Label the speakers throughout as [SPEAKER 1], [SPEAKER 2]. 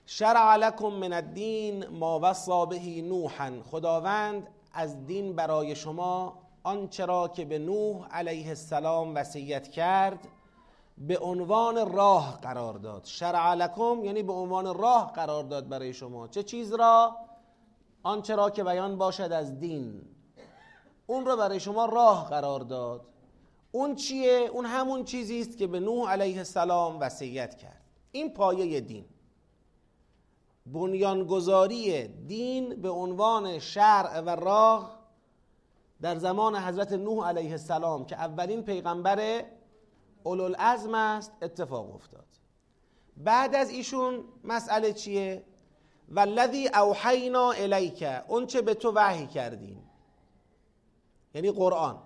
[SPEAKER 1] شرع لکم من الدین ما وصی به نوحا، خداوند از دین برای شما آنچه را که به نوح علیه السلام وصیت کرد به عنوان راه قرار داد. شرع لکم یعنی به عنوان راه قرار داد برای شما. چه چیز را؟ آنچه را که بیان باشد از دین، اون را برای شما راه قرار داد. اون چیه؟ اون همون چیزی است که به نوح علیه السلام وصیت کرد. این پایه دین، بنیانگذاری دین به عنوان شرع و راه در زمان حضرت نوح علیه السلام که اولین پیغمبر اولوالعزم است اتفاق افتاد. بعد از ایشون مسئله چیه؟ والذی اوحینا الیک، اون چه به تو وحی کردیم، یعنی قرآن.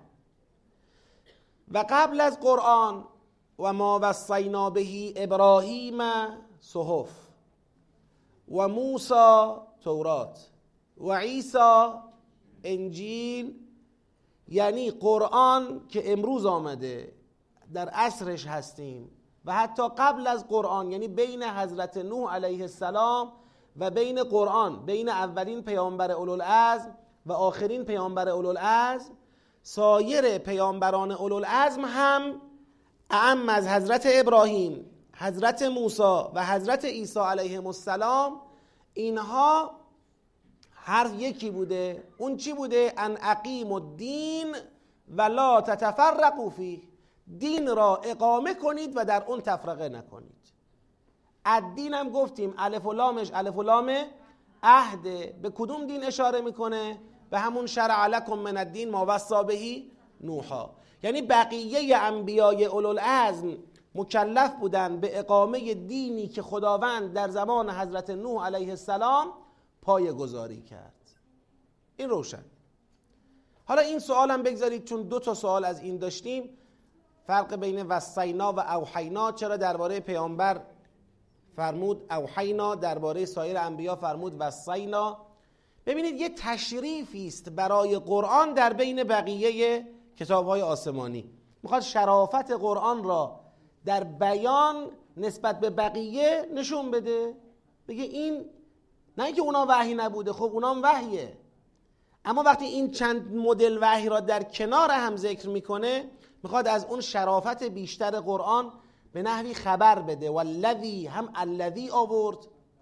[SPEAKER 1] و قبل از قرآن و ما وصینا به ابراهیم صحف و موسی تورات و عیسی انجیل، یعنی قرآن که امروز آمده در عصرش هستیم و حتی قبل از قرآن، یعنی بین حضرت نوح علیه السلام و بین قرآن، بین اولین پیامبر اولوالعزم و آخرین پیامبر اولوالعزم، سایر پیامبران اولوالعزم هم اعم از حضرت ابراهیم، حضرت موسی و حضرت عیسی علیهم السلام، اینها هر یکی بوده. اون چی بوده؟ ان اقیموا الدین و لا تتفرقوا فیه، دین را اقامه کنید و در اون تفرقه نکنید. الدین هم گفتیم الف و لامش الف و لام عهده. به کدوم دین اشاره میکنه؟ به همون شرع لکم من الدین ما وصی به نوحا. یعنی بقیه انبیای اولوالعزم مکلف بودن به اقامه دینی که خداوند در زمان حضرت نوح علیه السلام پایه گذاری کرد. این روشن. حالا این سوال هم بگذارید، چون 2 تا سوال از این داشتیم، فرق بین وصینا و اوحینا. چرا درباره پیامبر فرمود اوحینا، درباره سایر انبیا فرمود وصینا؟ ببینید یه تشریفی است برای قرآن در بین بقیه کتاب‌های آسمانی. میخواد شرافت قرآن را در بیان نسبت به بقیه نشون بده، بگه این نه اینکه اونا وحی نبوده، خب اونا هم وحیه، اما وقتی این چند مدل وحی را در کنار هم ذکر میکنه، میخواد از اون شرافت بیشتر قرآن به نحوی خبر بده. والذی هم الذی آورد،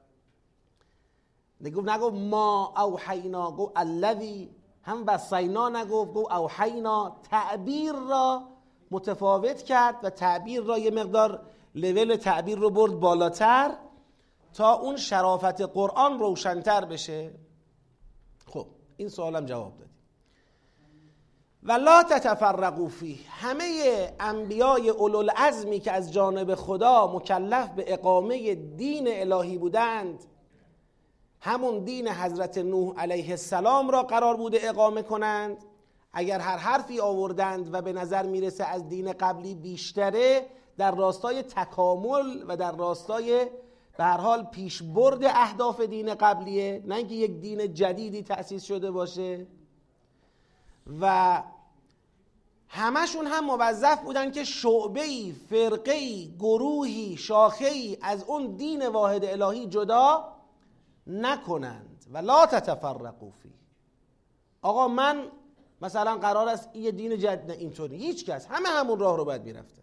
[SPEAKER 1] نگفت ما اوحینا، گفت الذی. هم وصینا نگفت، گفت اوحینا. تعبیر را متفاوت کرد و تعبیر را یه مقدار لول تعبیر رو برد بالاتر تا اون شرافت قرآن روشن‌تر بشه. خب این سوالم جواب دادیم. و لا تتفرقوا فیه، همه انبیای اولوالعزمی که از جانب خدا مکلف به اقامه دین الهی بودند، همون دین حضرت نوح علیه السلام را قرار بوده اقامه کنند. اگر هر حرفی آوردند و به نظر میرسه از دین قبلی بیشتره، در راستای تکامل و در راستای به هر حال پیشبرد اهداف دین قبلیه، نه اینکه یک دین جدیدی تأسیس شده باشه. و همشون هم موظف بودن که شعبه‌ای، فرقه‌ای، گروهی، شاخه‌ای از اون دین واحد الهی جدا نکنند. و لا تتفرقوا فیه. آقا من مثلا قرار است یه دین جدید، نه اینطوری، هیچ کس، همه همون راه رو باید میرفتن.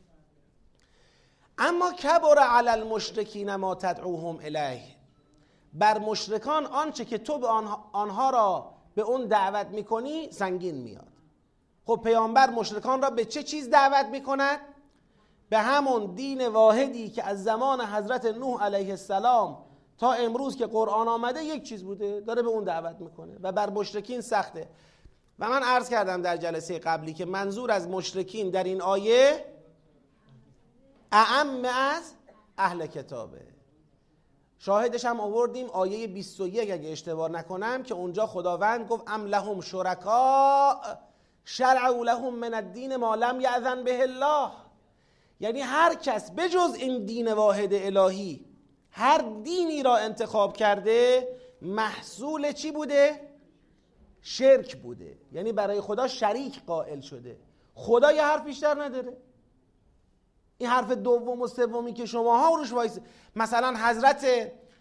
[SPEAKER 1] اما کبر علی المشرکین ما تدعوهم الیه، بر مشرکان آنچه که تو به آنها را به اون دعوت میکنی سنگین میاد. خب پیامبر مشرکان را به چه چیز دعوت میکند؟ به همون دین واحدی که از زمان حضرت نوح علیه السلام تا امروز که قرآن آمده یک چیز بوده، داره به اون دعوت میکنه و بر مشرکین سخته. و من عرض کردم در جلسه قبلی که منظور از مشرکین در این آیه اعم از اهل کتابه. شاهدش هم آوردیم آیه 21 اگه اشتباه نکنم، که اونجا خداوند گفت ام لهم شرکاء شرعوا لهم من الدین ما لم یأذن به الله. یعنی هر کس بجز این دین واحد الهی هر دینی را انتخاب کرده، محصول چی بوده؟ شرک بوده. یعنی برای خدا شریک قائل شده. خدا یه حرف بیشتر نداره. این حرف دوم و سومی که شماها روش وایس، مثلا حضرت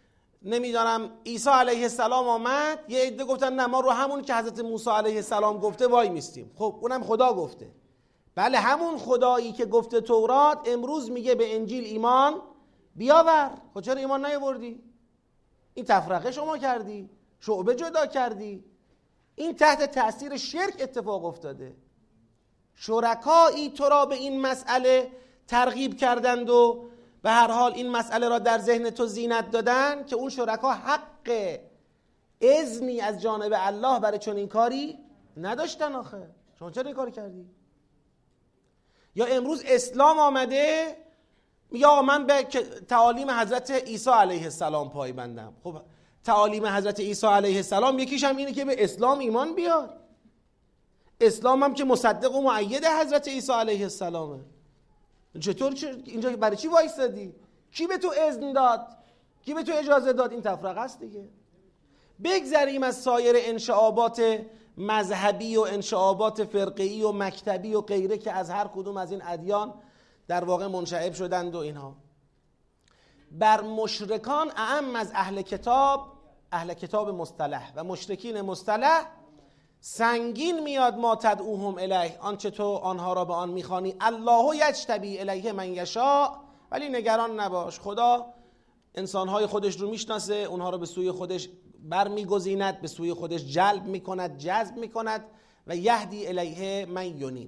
[SPEAKER 1] نمیدانم عیسی علیه السلام آمد، یه عده گفتن نه ما رو همون که حضرت موسی علیه السلام گفته وای میستیم. خب اونم خدا گفته. بله همون خدایی که گفته تورات امروز میگه به انجیل ایمان بیاور. خب چرا ایمان نیاوردی؟ این تفرقه شما کردی، شعبه جدا کردی. این تحت تأثیر شرک اتفاق افتاده. شرکایی تو را به این مسئله ترغیب کردند و به هر حال این مسئله را در ذهن تو زینت دادن که اون شرکا حق اذنی از جانب الله برای چون این کاری نداشتن. آخه شما چرا این کاری کردی؟ یا امروز اسلام آمده میگه آقا من به تعالیم حضرت عیسی علیه السلام پایبندم. خب تعالیم حضرت عیسی علیه السلام یکیش هم اینه که به اسلام ایمان بیار. اسلام هم که مصدق و مؤید حضرت عیسی علیه السلامه. چطور اینجا برای چی وایستادی؟ کی به تو اذن داد؟ کی به تو اجازه داد؟ این تفرقه است دیگه. بگذریم از سایر انشعابات مذهبی و انشعابات فرقه‌ای و مکتبی و غیره که از هر کدوم از این ادیان در واقع منشعب شدند و اینها. بر مشرکان اعم از اهل کتاب مصطلح و مشرکین مصطلح سنگین میاد ما تدعوهم الیه، آنچه تو آنها را به آن میخوانی. الله یجتبی الیه من یشاء، ولی نگران نباش، خدا انسانهای خودش رو میشناسه، اونها رو به سوی خودش برمیگزیند، به سوی خودش جلب میکند، جذب میکند. و یهدی الیه من ینیب.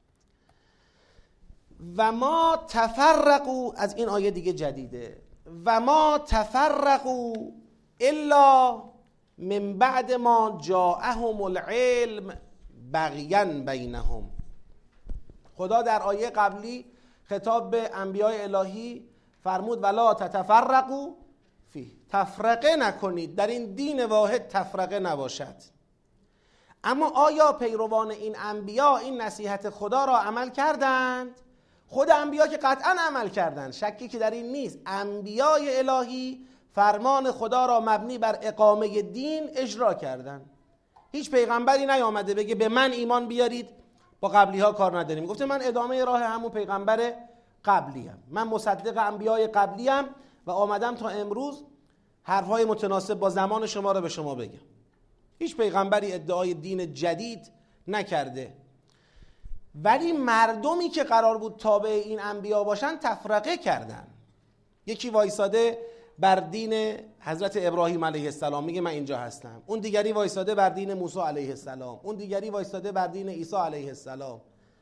[SPEAKER 1] و ما تفرقوا، از این آیه دیگه جدیده، و ما تفرقوا الا من بعد ما جاءهم العلم بغیا بینهم. خدا در آیه قبلی خطاب به انبیاء الهی فرمود ولا تتفرقوا فیه، تفرقه نکنید، در این دین واحد تفرقه نباشد. اما آیا پیروان این انبیا این نصیحت خدا را عمل کردند؟ خود انبیا که قطعا عمل کردند، شکی که در این نیست. انبیای الهی فرمان خدا را مبنی بر اقامه دین اجرا کردند. هیچ پیغمبری نیامده بگه به من ایمان بیارید با قبلی ها کار نداریم. گفته من ادامه راه همون پیغمبر قبلیم، من مصدق انبیای قبلیم و آمدم تا امروز حرفهای متناسب با زمان شما را به شما بگم. هیچ پیغمبری ادعای دین جدید نکرده. ولی مردمی که قرار بود تابع این انبیا باشن تفرقه کردن. یکی وایساده بر دین حضرت ابراهیم علیه السلام، میگه من اینجا هستم. اون دیگری وایساده بر دین موسی علیه السلام. اون دیگری وایساده بر دین عیسی علیه السلام.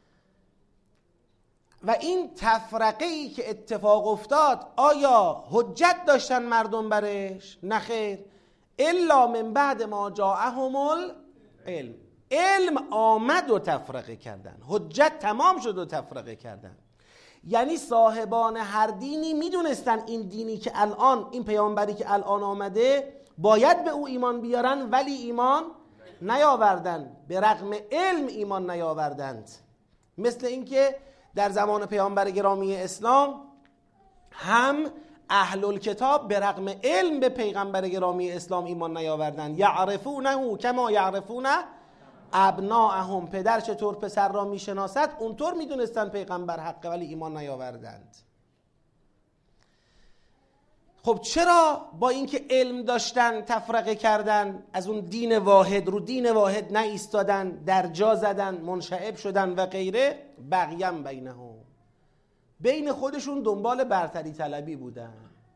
[SPEAKER 1] و این تفرقه ای که اتفاق افتاد، آیا حجت داشتن مردم برش؟ نه خیر. الا من بعد ما جاءهم العلم، علم آمد و تفرقه کردن، حجت تمام شد و تفرقه کردن. یعنی صاحبان هر دینی میدونستن این دینی که الان، این پیامبری که الان آمده باید به او ایمان بیارن، ولی ایمان نیاوردن، به رغم علم ایمان نیاوردند. مثل اینکه در زمان پیامبر گرامی اسلام هم اهل الکتاب به رغم علم به پیغمبر گرامی اسلام ایمان نیاوردند. یعرفونه کما یعرفون ابناءهم، پدر چطور پسر را میشناسد اونطور میدونستن پیغمبر حقه، ولی ایمان نیاوردند. خب چرا با اینکه علم داشتن تفرقه کردن، از اون دین واحد رو دین واحد نایستادن، در جا زدن، منشعب شدن و غیره؟ بغیم بینهم، بین خودشون دنبال برتری طلبی بودن.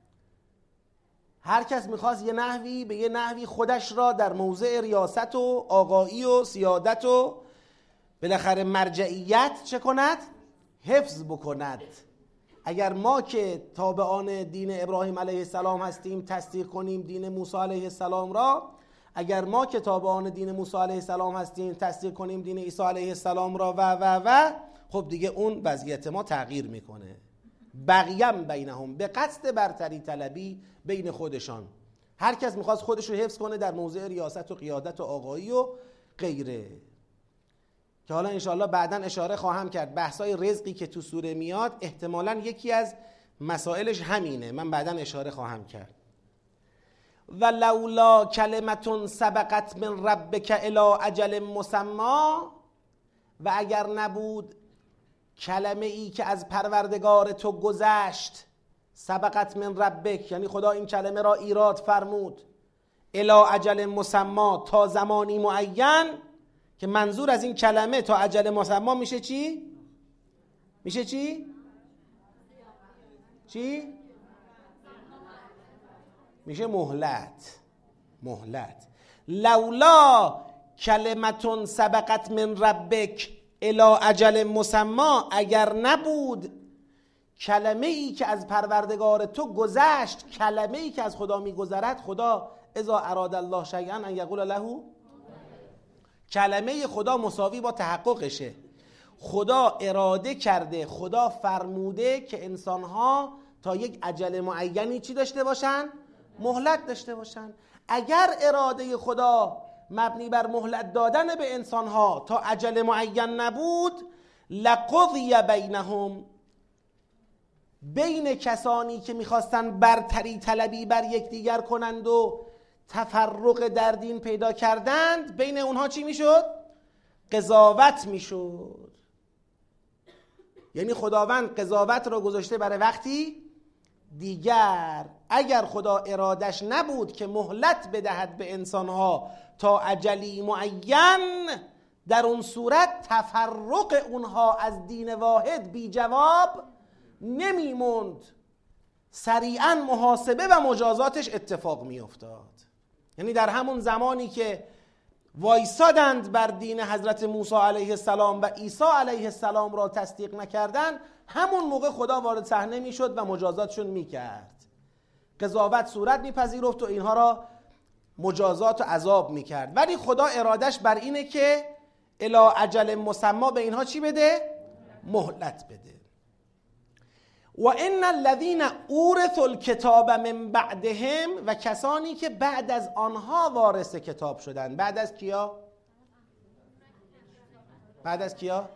[SPEAKER 1] هر کس میخواست یه نحوی به یه نحوی خودش را در موضع ریاست و آقایی و سیادت و بالاخره مرجعیت چه کند؟ حفظ بکند. اگر ما که تابعان دین ابراهیم علیه السلام هستیم تصدیق کنیم دین موسی علیه السلام را، اگر ما که تابعان دین موسی علیه السلام هستیم تصدیق کنیم دین عیسی علیه السلام را و خب دیگه اون وضعیت ما تغییر میکنه. بغیم بینهم، به قصد برتری طلبی بین خودشان. هر کس میخواست خودش رو حفظ کنه در موضع ریاست و قیادت و آقایی و غیره، که حالا انشاءالله بعداً اشاره خواهم کرد. بحثای رزقی که تو سوره میاد احتمالاً یکی از مسائلش همینه، من بعداً اشاره خواهم کرد. و لولا کلمتون سبقت من ربک الی اجل مسمی، و اگر نبود کلمه ای که از پروردگار تو گذشت، سبقت من ربک، یعنی خدا این کلمه را ایراد فرمود، الی اجل مسمی، تا زمانی معین، که منظور از این کلمه تا اجل مسمی میشه چی؟ میشه چی؟ چی؟ میشه مهلت. مهلت. لولا کلمتون سبقت من ربک الی اجل مسمی، اگر نبود کلمه ای که از پروردگار تو گذشت، کلمه ای که از خدا میگذرد، خدا اذا اراد الله شیئا ان یقول له، کلمه خدا مساوی با تحققشه. خدا اراده کرده، خدا فرموده که انسانها تا یک اجل معینی چی داشته باشن؟ مهلت داشته باشن. اگر اراده خدا مبنی بر مهلت دادن به انسانها تا اجل معین نبود، لقضی بینهم، بین کسانی که میخواستن برتری طلبی بر یکدیگر کنند و تفرق در دین پیدا کردند، بین اونها چی میشد؟ قضاوت میشد. یعنی خداوند قضاوت را گذاشته برای وقتی دیگر. اگر خدا ارادش نبود که مهلت بدهد به انسانها تا اجلی معین، در اون صورت تفرق اونها از دین واحد بی جواب نمیموند، سریعا محاسبه و مجازاتش اتفاق می افتاد. یعنی در همون زمانی که وایسادند بر دین حضرت موسی علیه السلام و عیسی علیه السلام را تصدیق نکردند، همون موقع خدا وارد صحنه می شد و مجازاتشون می کرد. قضاوت صورت می پذیرفت و اینها را مجازات و عذاب می کرد. ولی خدا ارادش بر اینه که الی اجل مسمی به اینها چی بده؟ مهلت بده. و ان الذین اورثوا الکتاب من بعدهم، و کسانی که بعد از آنها وارث کتاب شدند. بعد از کیا؟ بعد از کیا؟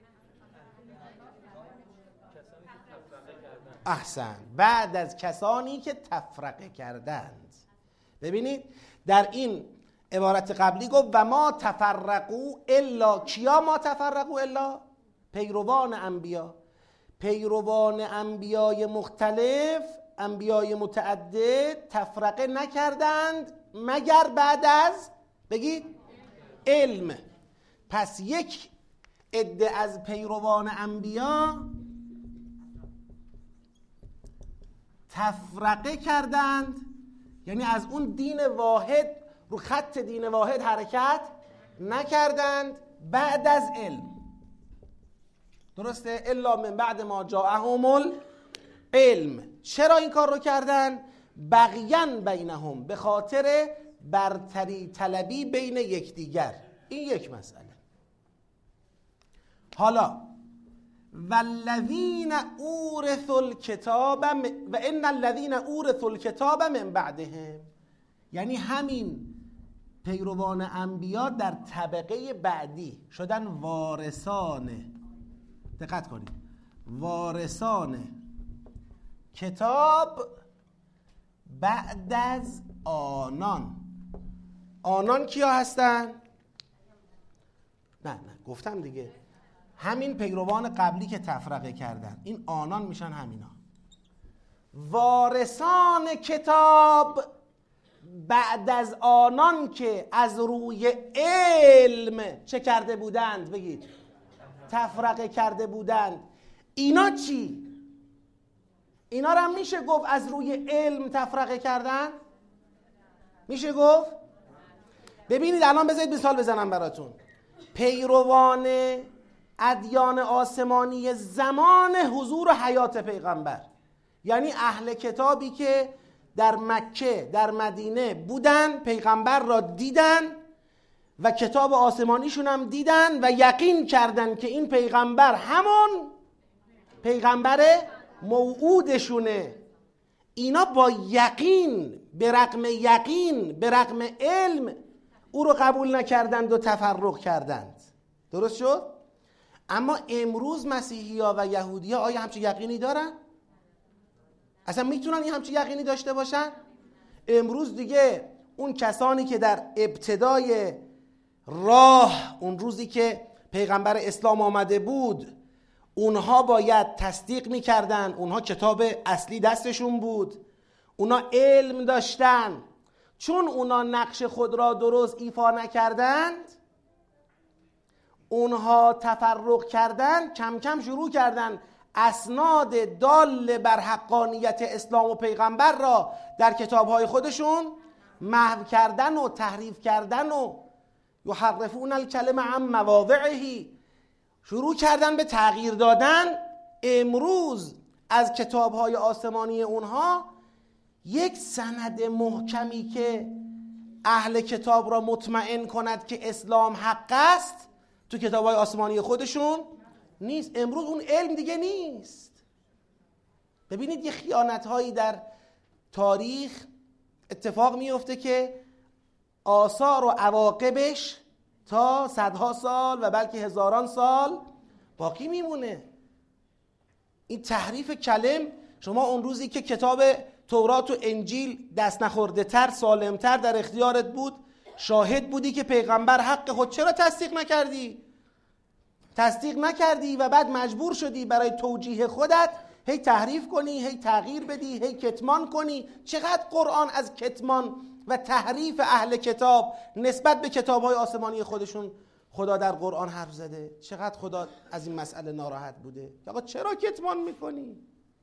[SPEAKER 1] احسن، بعد از کسانی که تفرقه کردند. ببینید در این عبارت قبلی گفت و ما تفرقوا الا، کیا ما تفرقوا الا؟ پیروان انبیا. پیروان انبیای مختلف، انبیای متعدد تفرقه نکردند مگر بعد از، بگید، علم. پس یک عده از پیروان انبیا تفرقه کردند، یعنی از اون دین واحد، رو خط دین واحد حرکت نکردند بعد از علم. درسته؟ الا من بعد ما جاءهم العلم. چرا این کار رو کردن؟ بغیاً بینهم، به خاطر برتری طلبی بین یکدیگر. این یک مسئله. حالا والذین اورثوا الکتاب و ان الذین اورثوا الکتاب من بعدهم، یعنی همین پیروان انبیا در طبقه بعدی شدن وارثان، دقت کنید، وارثان کتاب بعد از آنان. آنان کیا هستن؟ نه گفتم دیگه، همین پیروان قبلی که تفرقه کردن، این آنان میشن همینا. وارثان کتاب بعد از آنان که از روی علم چه کرده بودند؟ بگید، تفرقه کرده بودند. اینا چی؟ اینا رو هم میشه گفت از روی علم تفرقه کردن؟ میشه گفت؟ ببینید الان بذارید مثال بزنم براتون. پیروان ادیان آسمانی زمان حضور و حیات پیغمبر، یعنی اهل کتابی که در مکه در مدینه بودن، پیغمبر را دیدن و کتاب آسمانیشون هم دیدن و یقین کردن که این پیغمبر همون پیغمبر موعودشونه. اینا با یقین، به رغم علم او رو قبول نکردند و تفرق کردند. درست شد؟ اما امروز مسیحی ها و یهودی ها آیا همچین یقینی دارن؟ اصلا میتونن این همچین یقینی داشته باشن؟ امروز دیگه اون کسانی که در ابتدای راه، اون روزی که پیغمبر اسلام آمده بود، اونها باید تصدیق میکردن، اونها کتاب اصلی دستشون بود، اونها علم داشتن. چون اونها نقش خود را درست ایفا نکردند، اونها تفرق کردن، کم کم شروع کردن اسناد دال بر حقانیت اسلام و پیغمبر را در کتابهای خودشون محو کردن و تحریف کردن و یحرفون الکلمه عن مواضعه، شروع کردن به تغییر دادن. امروز از کتابهای آسمانی اونها یک سند محکمی که اهل کتاب را مطمئن کند که اسلام حق است تو کتابهای آسمانی خودشون نیست. امروز اون علم دیگه نیست. ببینید یه خیانت‌هایی در تاریخ اتفاق میفته که آثار و عواقبش تا صدها سال و بلکه هزاران سال باقی میمونه. این تحریف کلم، شما اون روزی که کتاب تورات و انجیل دست نخورده تر، سالم تر در اختیارت بود، شاهد بودی که پیغمبر حق، خود چرا تصدیق نکردی؟ تصدیق نکردی و بعد مجبور شدی برای توجیه خودت هی تحریف کنی، هی تغییر بدی، هی کتمان کنی. چقدر قرآن از کتمان و تحریف اهل کتاب نسبت به کتاب‌های آسمانی خودشون خدا در قرآن حرف زده. چقدر خدا از این مسئله ناراحت بوده. آقا چرا کتمان میکنی؟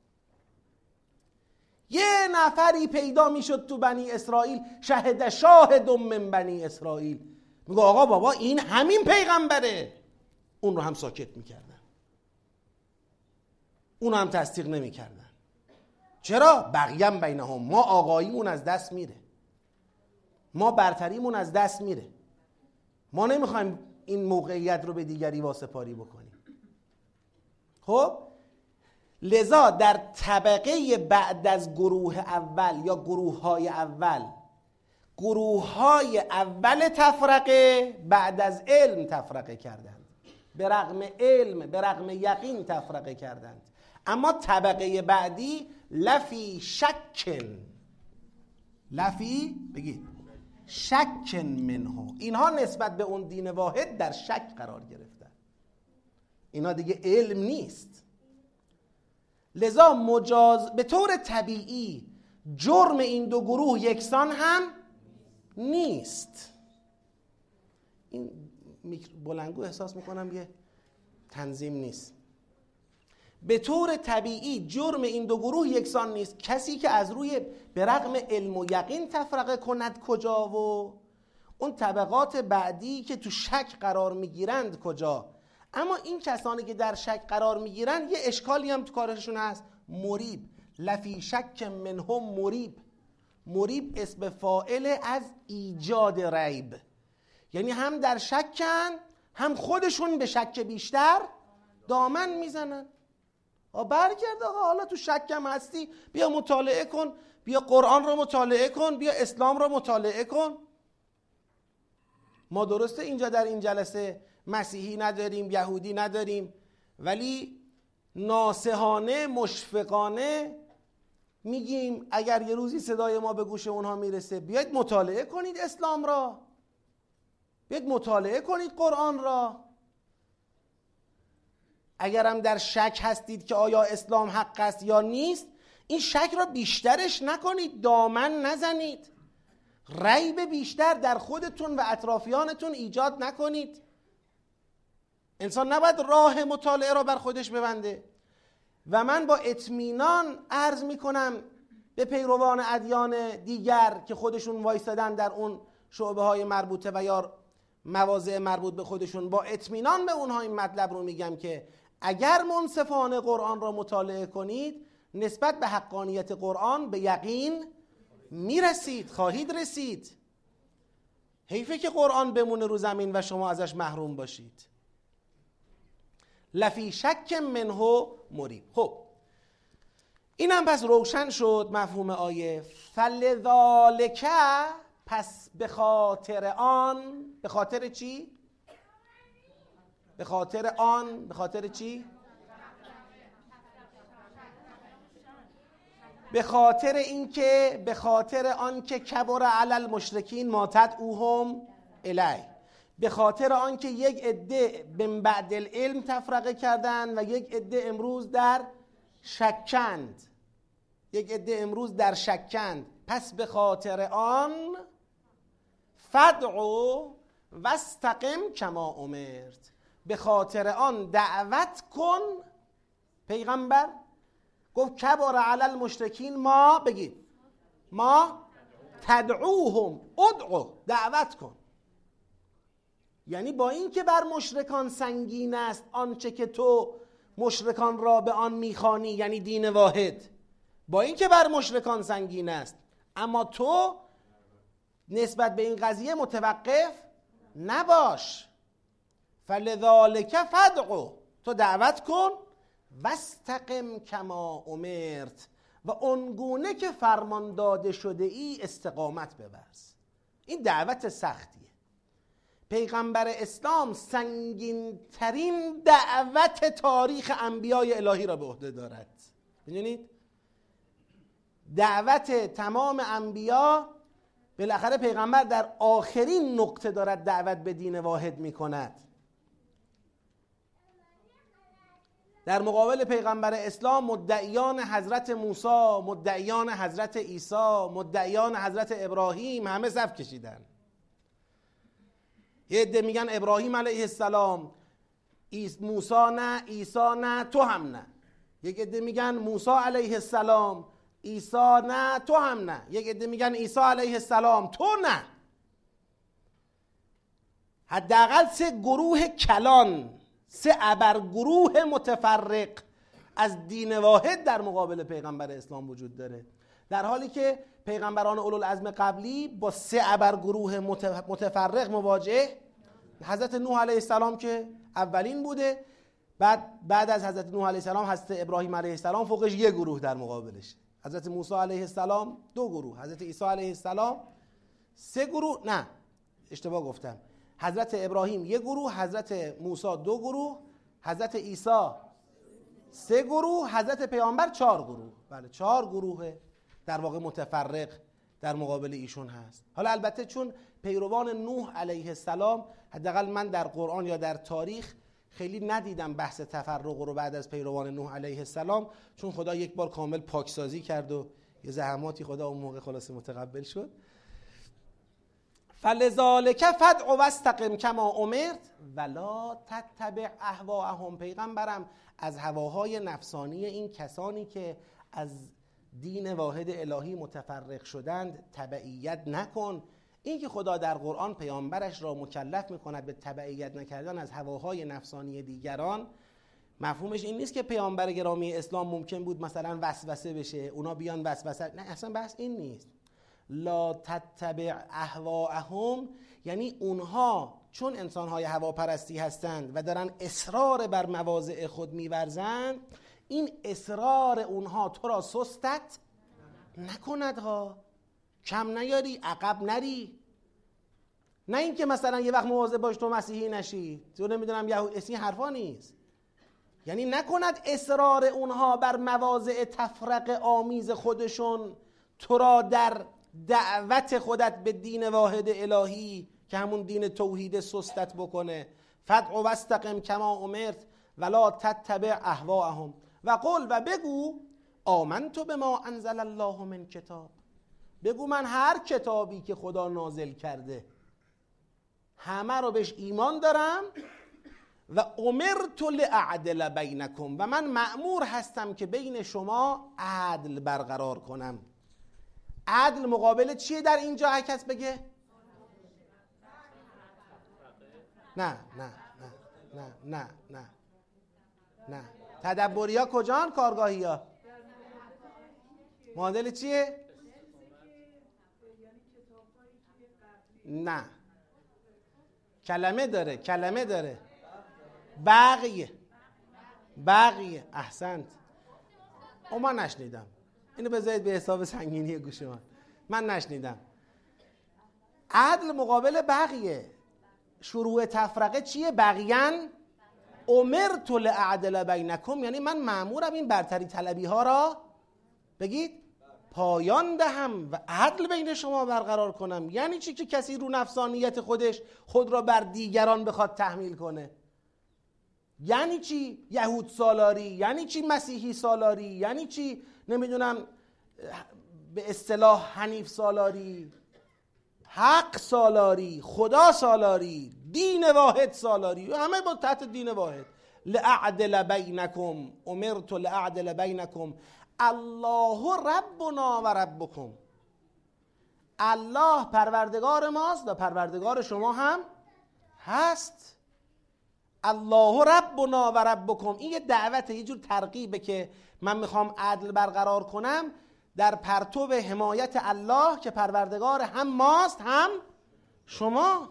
[SPEAKER 1] یه نفری پیدا میشد تو بنی اسرائیل، شهد شاهد من بنی اسرائیل، میگه آقا بابا این همین پیغمبره، اون رو هم ساکت میکردن، اون رو هم تصدیق نمیکردن. چرا؟ بغیم بینهم، ما آقاییمون از دست میره، ما برتریمون از دست میره، ما نمیخوایم این موقعیت رو به دیگری واسپاری بکنیم. خب لذا در طبقه بعد از گروه اول یا گروه های اول تفرقه بعد از علم تفرقه کردند، به رغم علم، به رغم یقین تفرقه کردند. اما طبقه بعدی لفی شک منه، اینها نسبت به اون دین واحد در شک قرار گرفتن، اینا دیگه علم نیست. لذا به طور طبیعی جرم این دو گروه یکسان هم نیست. این بلندگو احساس میکنم یه تنظیم نیست. به طور طبیعی جرم این دو گروه یکسان نیست. کسی که از روی به رغم علم و یقین تفرقه کند کجا، و اون طبقات بعدی که تو شک قرار میگیرند کجا. اما این کسانی که در شک قرار میگیرن یه اشکالی هم تو کارشون هست، مریب. لفی شک منهم مریب اسم فاعل از ایجاد ریب، یعنی هم در شکن هم خودشون به شک بیشتر دامن میزنن. برگرد آقا، حالا تو شکم هستی، بیا مطالعه کن، بیا قرآن رو مطالعه کن، بیا اسلام رو مطالعه کن. ما درسته اینجا در این جلسه مسیحی نداریم، یهودی نداریم، ولی ناصحانه، مشفقانه میگیم اگر یه روزی صدای ما به گوش اونها میرسه، بیاید مطالعه کنید اسلام را، بیاید مطالعه کنید قرآن را. اگرم در شک هستید که آیا اسلام حق است یا نیست، این شک را بیشترش نکنید، دامن نزنید، ریب بیشتر در خودتون و اطرافیانتون ایجاد نکنید. انسان نباید راه مطالعه را بر خودش ببنده. و من با اطمینان عرض میکنم به پیروان ادیان دیگر که خودشون وایستادن در اون شعبه های مربوطه و یا مواضع مربوط به خودشون، با اطمینان به اونها این مطلب رو میگم که اگر منصفانه قرآن را مطالعه کنید، نسبت به حقانیت قرآن به یقین میرسید، خواهید رسید. حیفه که قرآن بمونه رو زمین و شما ازش محروم باشید. لفی شک منه مریب. خب اینم پس روشن شد مفهوم آیه. فلذالک، پس به خاطر آن، به خاطر چی؟ به خاطر آن، به خاطر چی؟ به خاطر اینکه، به خاطر آن که کبر علی المشرکین ما تدعوهم الی، به خاطر آنکه یک عده من بعد العلم تفرقه کردن و یک عده امروز در شکند، یک عده امروز در شکند، پس به خاطر آن فدعو واستقم کما امرت، به خاطر آن دعوت کن. پیغمبر گفت کبر علی المشرکین ما، بگید ما تدعوهم، ادعو، دعوت کن. یعنی با این که بر مشرکان سنگین است آنچه که تو مشرکان را به آن میخوانی، یعنی دین واحد، با این که بر مشرکان سنگین است، اما تو نسبت به این قضیه متوقف نباش. فلذالک فدعو، تو دعوت کن، واستقم کما امرت، و اونگونه که فرمان داده شده ای استقامت بورز. این دعوت سختیه. پیغمبر اسلام سنگین ترین دعوت تاریخ انبیای الهی را به عهده دارد. میدونید دعوت تمام انبیا، بالاخره پیغمبر در آخرین نقطه دارد دعوت به دین واحد میکند. در مقابل پیغمبر اسلام مدعیان حضرت موسی، مدعیان حضرت عیسی، مدعیان حضرت ابراهیم همه صف کشیدن. یه عده میگن ابراهیم علیه السلام، موسی نه، عیسی نه، تو هم نه. یک عده میگن موسی علیه السلام، عیسی نه، تو هم نه. یک عده میگن عیسی علیه السلام، تو نه. حداقل 3 گروه کلان، 3 ابرگروه متفرق از دین واحد در مقابل پیغمبر اسلام وجود داره، در حالی که پیغمبران اولوالعزم قبلی با 3 ابرگروه متفرق مواجه. حضرت نوح علیه السلام که اولین بوده، بعد از حضرت نوح علیه السلام حضرت ابراهیم علیه السلام، فوقش 1 گروه در مقابلش، حضرت موسی علیه السلام 2 گروه، حضرت عیسی علیه السلام 3 گروه، نه اشتباه گفتم، حضرت ابراهیم 1 گروه، حضرت موسی 2 گروه، حضرت عیسی 3 گروه، حضرت پیامبر 4 گروه. بله 4 گروه در واقع متفرق در مقابل ایشون هست. حالا البته چون پیروان نوح علیه السلام، حداقل من در قرآن یا در تاریخ خیلی ندیدم بحث تفرق رو بعد از پیروان نوح علیه السلام، چون خدا یک بار کامل پاکسازی کرد و یه زحماتی خدا اون موقع خلاصه متقبل شد. فلذالک فدع واستقم کما امرت ولا تتبع اهواءهم. پیغمبرم از هواهای نفسانی این کسانی که از دین واحد الهی متفرق شدند تبعیت نکن. این که خدا در قرآن پیامبرش را مکلف میکند به تبعیت نکردن از هواهای نفسانی دیگران، مفهومش این نیست که پیامبر گرامی اسلام ممکن بود مثلا وسوسه بشه، اونا بیان وسوسه، نه اصلا بحث این نیست. لا تتبع اهواءهم یعنی اونها چون انسانهای هواپرستی هستند و دارن اصرار بر مواضع خود میورزند، این اصرار اونها تو را سستت نکند ها، کم نیاری، عقب نری. نه اینکه مثلا یه وقت مواظب باش تو مسیحی نشی، تو نمیدونم یهودی، حرفا نیست. یعنی نکند اصرار اونها بر مواضع تفرق آمیز خودشون تو را در دعوت خودت به دین واحد الهی که همون دین توحید سستت بکنه. فدع واستقم کما امرت ولا تتبع اهواءهم و قل، و بگو آمنت بما انزل الله من کتاب، بگو من هر کتابی که خدا نازل کرده همه رو بهش ایمان دارم. و امرت لاعدل بینکم، و من مأمور هستم که بین شما عدل برقرار کنم. عدل مقابل چیه در اینجا؟ هر کس بگه. نه نه نه نه نه نه تدبری ها کجان؟ کارگاهی ها. معادل چیه؟ نه کلمه داره، کلمه داره. بقیه. احسنت. من نشنیدم اینو، بذارید به حساب سنگینی گوش من نشنیدم. عدل مقابل بقیه. شروع تفرقه چیه؟ بقیان امرت لاعدل بینکم، یعنی من مأمورم این برتری طلبی ها را بگید پایان دهم و عدل بین شما برقرار کنم. یعنی چی که کسی رو نفسانیت خود را بر دیگران بخواد تحمیل کنه؟ یعنی چی یهود سالاری؟ یعنی چی مسیحی سالاری؟ یعنی چی نمیدونم به اصطلاح حنیف سالاری، حق سالاری، خدا سالاری، دین واحد سالاری، همه با تحت دین واحد. لأعدل بینکم، امرت لأعدل بینکم الله ربنا و ربکم. الله پروردگار ماست و پروردگار شما هم هست. الله ربنا و ربکم. این یه دعوته، یه جور ترغیبه که من میخوام عدل برقرار کنم در پرتو حمایت الله که پروردگار هم ماست هم شما.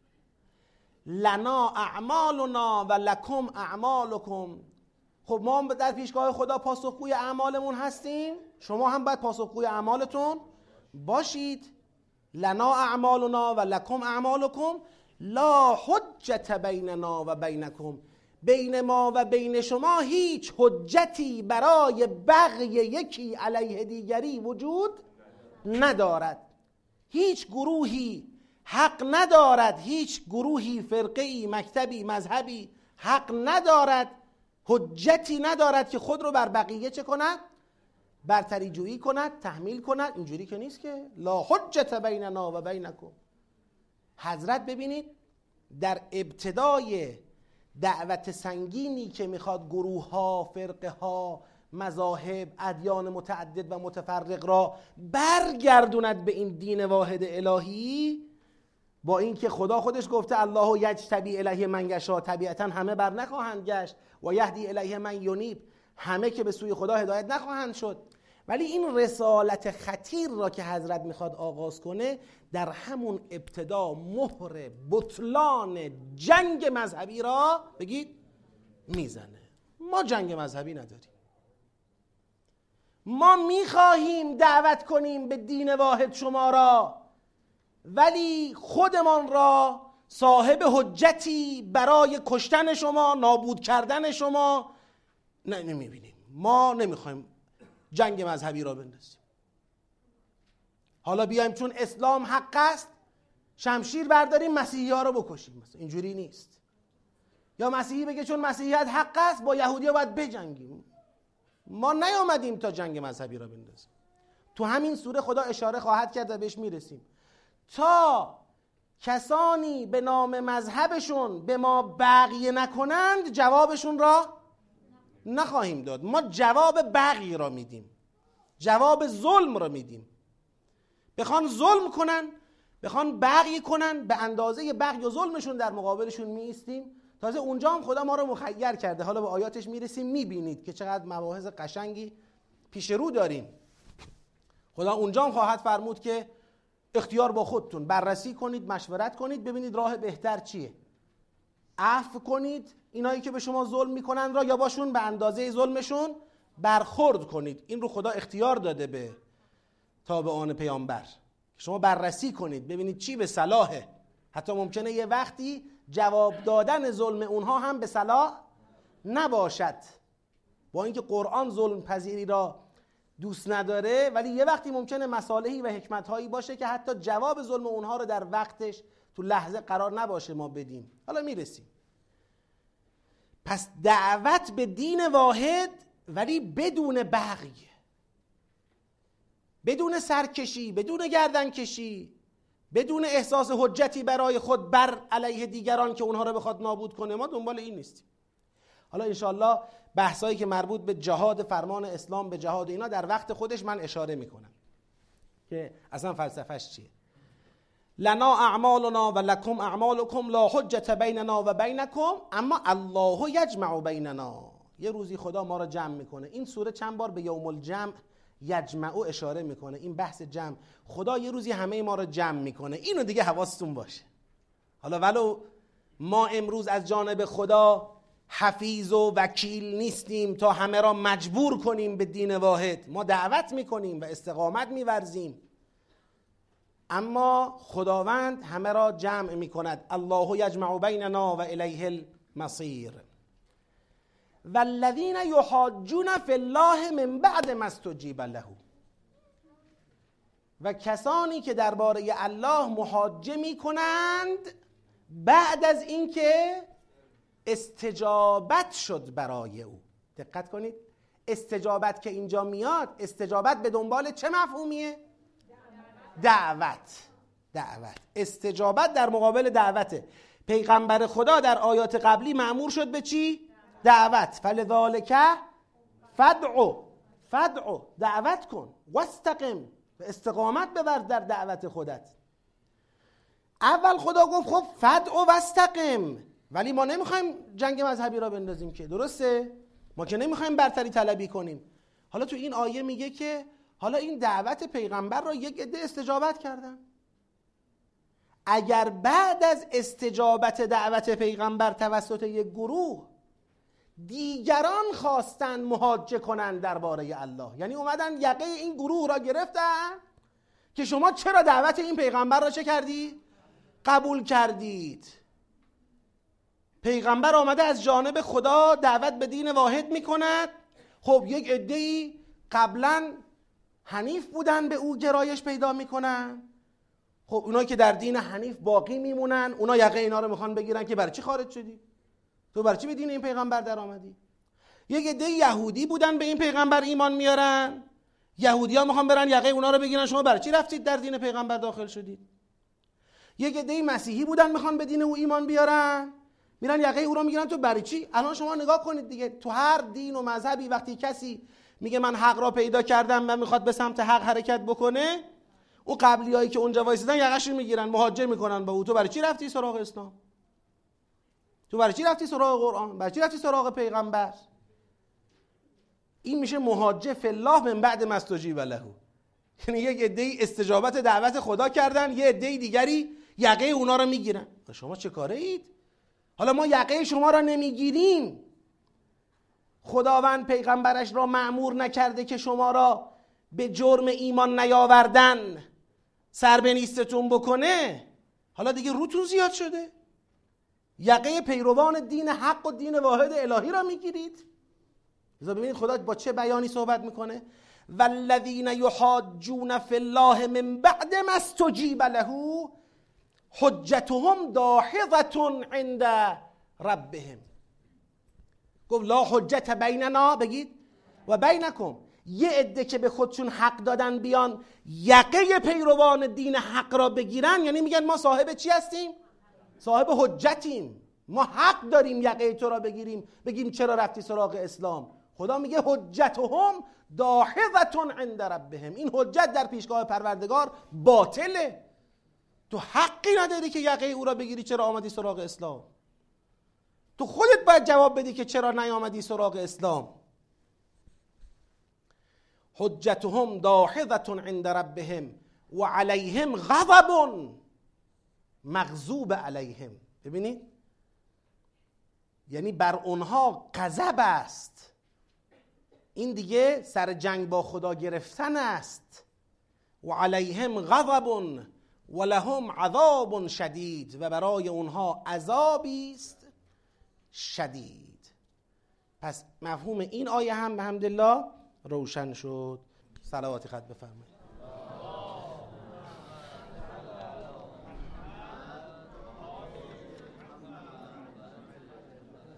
[SPEAKER 1] لنا اعمالنا و لکم اعمالکم. خب ما در پیشگاه خدا پاسخگوی اعمالمون هستیم، شما هم باید پاسخگوی اعمالتون باشید. لنا اعمالنا و لکم اعمالکم لا حجت بیننا و بینکم. بین ما و بین شما هیچ حجتی برای بغی یکی علیه دیگری وجود ندارد. هیچ گروهی حق ندارد، هیچ گروهی، فرقه‌ای، مکتبی، مذهبی حق ندارد، حجتی ندارد که خود رو بر بقیه چه کند؟ برتری جویی کند، تحمیل کند. اینجوری که نیست که. لا حجت بیننا و بینکم. حضرت ببینید در ابتدای دعوت سنگینی که میخواد گروه ها، فرقه ها، مذاهب، ادیان متعدد و متفرق را برگردوند به این دین واحد الهی، با اینکه خدا خودش گفته الله یجتبی الیه من یشاء، طبیعتا همه بر نخواهند گشت، و یهدی الیه من ینیب، همه که به سوی خدا هدایت نخواهند شد. ولی این رسالت خطیر را که حضرت میخواد آغاز کنه در همون ابتدا مهر بطلان جنگ مذهبی را بگید میزنه. ما جنگ مذهبی نداریم. ما میخواهیم دعوت کنیم به دین واحد شما را، ولی خودمان را صاحب حجتی برای کشتن شما، نابود کردن شما نمیبینیم. ما نمیخوایم جنگ مذهبی را بندازیم. حالا بیایم چون اسلام حق است شمشیر برداریم مسیحی ها رو بکشیم، مثلا اینجوری نیست. یا مسیحی بگه چون مسیحیت حق است با یهودی ها باید بجنگیم. ما نیامدیم تا جنگ مذهبی را بندازیم. تو همین سوره خدا اشاره خواهد کرد و بهش میرسیم. تا کسانی به نام مذهبشون به ما بغی نکنند جوابشون را نخواهیم داد. ما جواب بغی را میدیم، جواب ظلم را میدیم. بخوان ظلم کنن، بخوان بغی کنن، به اندازه بغی و ظلمشون در مقابلشون میایستیم. تازه اونجا هم خدا ما رو مخیر کرده. حالا به آیاتش میرسیم، میبینید که چقدر مباحث قشنگی پیش رو داریم. خدا اونجا هم خواهد فرمود که اختیار با خودتون، بررسی کنید، مشورت کنید، ببینید راه بهتر چیه. عفو کنید اینایی که به شما ظلم میکنن را، یا باشون به اندازه ظلمشون برخورد کنید. این رو خدا اختیار داده به تابعان پیامبر. شما بررسی کنید ببینید چی به صلاحه. حتی ممکنه یه وقتی جواب دادن ظلم اونها هم به صلاح نباشد، با اینکه قرآن ظلم پذیری را دوست نداره، ولی یه وقتی ممکنه مصالحی و حکمتهایی باشه که حتی جواب ظلم اونها رو در وقتش تو لحظه قرار نباشه ما بدیم. حالا میرسیم. پس دعوت به دین واحد ولی بدون بغی، بدون سرکشی، بدون گردنکشی، بدون احساس حجتی برای خود بر علیه دیگران که اونها رو بخواد نابود کنه. ما دنبال این نیستیم. حالا انشاءالله بحثایی که مربوط به جهاد، فرمان اسلام به جهاد اینا در وقت خودش من اشاره میکنم که اصلا فلسفهش چیه. لنا اعمالنا و لکم اعمالکم لا حجت بیننا و بینکم اما الله یجمع بیننا. یه روزی خدا ما را جمع میکنه. این سوره چند بار به یوم الجمع یجمع اشاره میکنه. این بحث جمع، خدا یه روزی همه ما را جمع میکنه. اینو دیگه حواستون باشه. حالا ولو ما امروز از جانب خدا حفیظ و وکیل نیستیم تا همه را مجبور کنیم به دین واحد، ما دعوت میکنیم و استقامت میورزیم، اما خداوند همه را جمع میکند. الله یجمع بیننا و الیه المصیر. والذین یحاجون فی الله من بعد ما استجیب له. و کسانی که درباره الله محاجه میکنند بعد از اینکه استجابت شد برای او. دقت کنید، استجابت که اینجا میاد، استجابت به دنبال چه مفهومیه؟ دعوت. استجابت در مقابل دعوته. پیغمبر خدا در آیات قبلی مأمور شد به چی؟ دعوت. فلذالک فدعو، دعوت کن. واستقم، به استقامت ببر در دعوت خودت. اول خدا گفت خب فدعو واستقم، ولی ما نمیخوایم جنگ مذهبی را بندازیم که، درسته؟ ما که نمیخوایم برتری طلبی کنیم. حالا تو این آیه میگه که حالا این دعوت پیغمبر را یک عده استجابت کردن. اگر بعد از استجابت دعوت پیغمبر توسط یک گروه دیگران خواستن محاجه کنن درباره الله، یعنی اومدن یقه این گروه را گرفتن که شما چرا دعوت این پیغمبر را چه کردی؟ قبول کردید. پیغمبر آمده از جانب خدا دعوت به دین واحد میکند. خب یک عده‌ای قبلا حنیف بودن به او گرایش پیدا میکنن. خب اونایی که در دین حنیف باقی میمونن، اونا یقه اینا رو میخوان بگیرن که برای چی خارج شدی؟ تو برای چی به دین این پیغمبر در آمدی؟ یک عده یهودی بودن به این پیغمبر ایمان میارن، یهودی‌ها میخوان برن یقه اونا رو بگیرن، شما برای چی رفتید در دین پیغمبر داخل شدید؟ یک عده مسیحی بودن میخوان به دین او ایمان بیارن، میرن یقه او رو میگیرن، تو برای چی؟ الان شما نگاه کنید دیگه، تو هر دین و مذهبی وقتی کسی میگه من حق را پیدا کردم و میخواد به سمت حق حرکت بکنه، اون قبلیایی که اونجا وایسیدن یقه‌ش رو میگیرن، مهاجم میکنن با او. تو برای چی رفتی سراغ اسلام؟ تو برای چی رفتی سراغ قرآن؟ برای چی رفتی سراغ پیغمبر؟ این میشه مهاجه فی الله من بعد ما استجیب له. یعنی یک عده‌ای استجابت دعوت خدا کردن، یه عده دیگری یقه اونا رو میگیرن. شما چه کاره اید؟ حالا ما یقه شما را نمیگیریم، خداوند پیغمبرش را مأمور نکرده که شما را به جرم ایمان نیاوردن سر به نیستتون بکنه، حالا دیگه روتون زیاد شده، یقه پیروان دین حق و دین واحد الهی را میگیرید. لذا ببینید خدا با چه بیانی صحبت میکنه. والذین یحاجون فی الله من بعد ما استجیب له حجتهم داحضة عند ربهم. گفت لا حجت بیننا، بگید و بینکم. یه عده که به خودشون حق دادن بیان یقه پیروان دین حق را بگیرن، یعنی میگن ما صاحب چی هستیم؟ صاحب حجتیم، ما حق داریم یقه تو را بگیریم، بگیم چرا رفتی سراغ اسلام. خدا میگه حجتهم داحضة عند ربهم، این حجت در پیشگاه پروردگار باطله. تو حقی نداری که یقه او را بگیری، چرا آمدی سراغ اسلام؟ تو خودت باید جواب بدی که چرا نیامدی سراغ اسلام. حجتهم داحضة عند ربهم و علیهم غضب مغضوب علیهم. ببینید یعنی بر اونها غضب است، این دیگه سر جنگ با خدا گرفتن است. و علیهم غضب و لهم عذاب شدید، و برای اونها عذابی است شدید. پس مفهوم این آیه هم به حمدالله روشن شد. صلوات خط بفرمایید.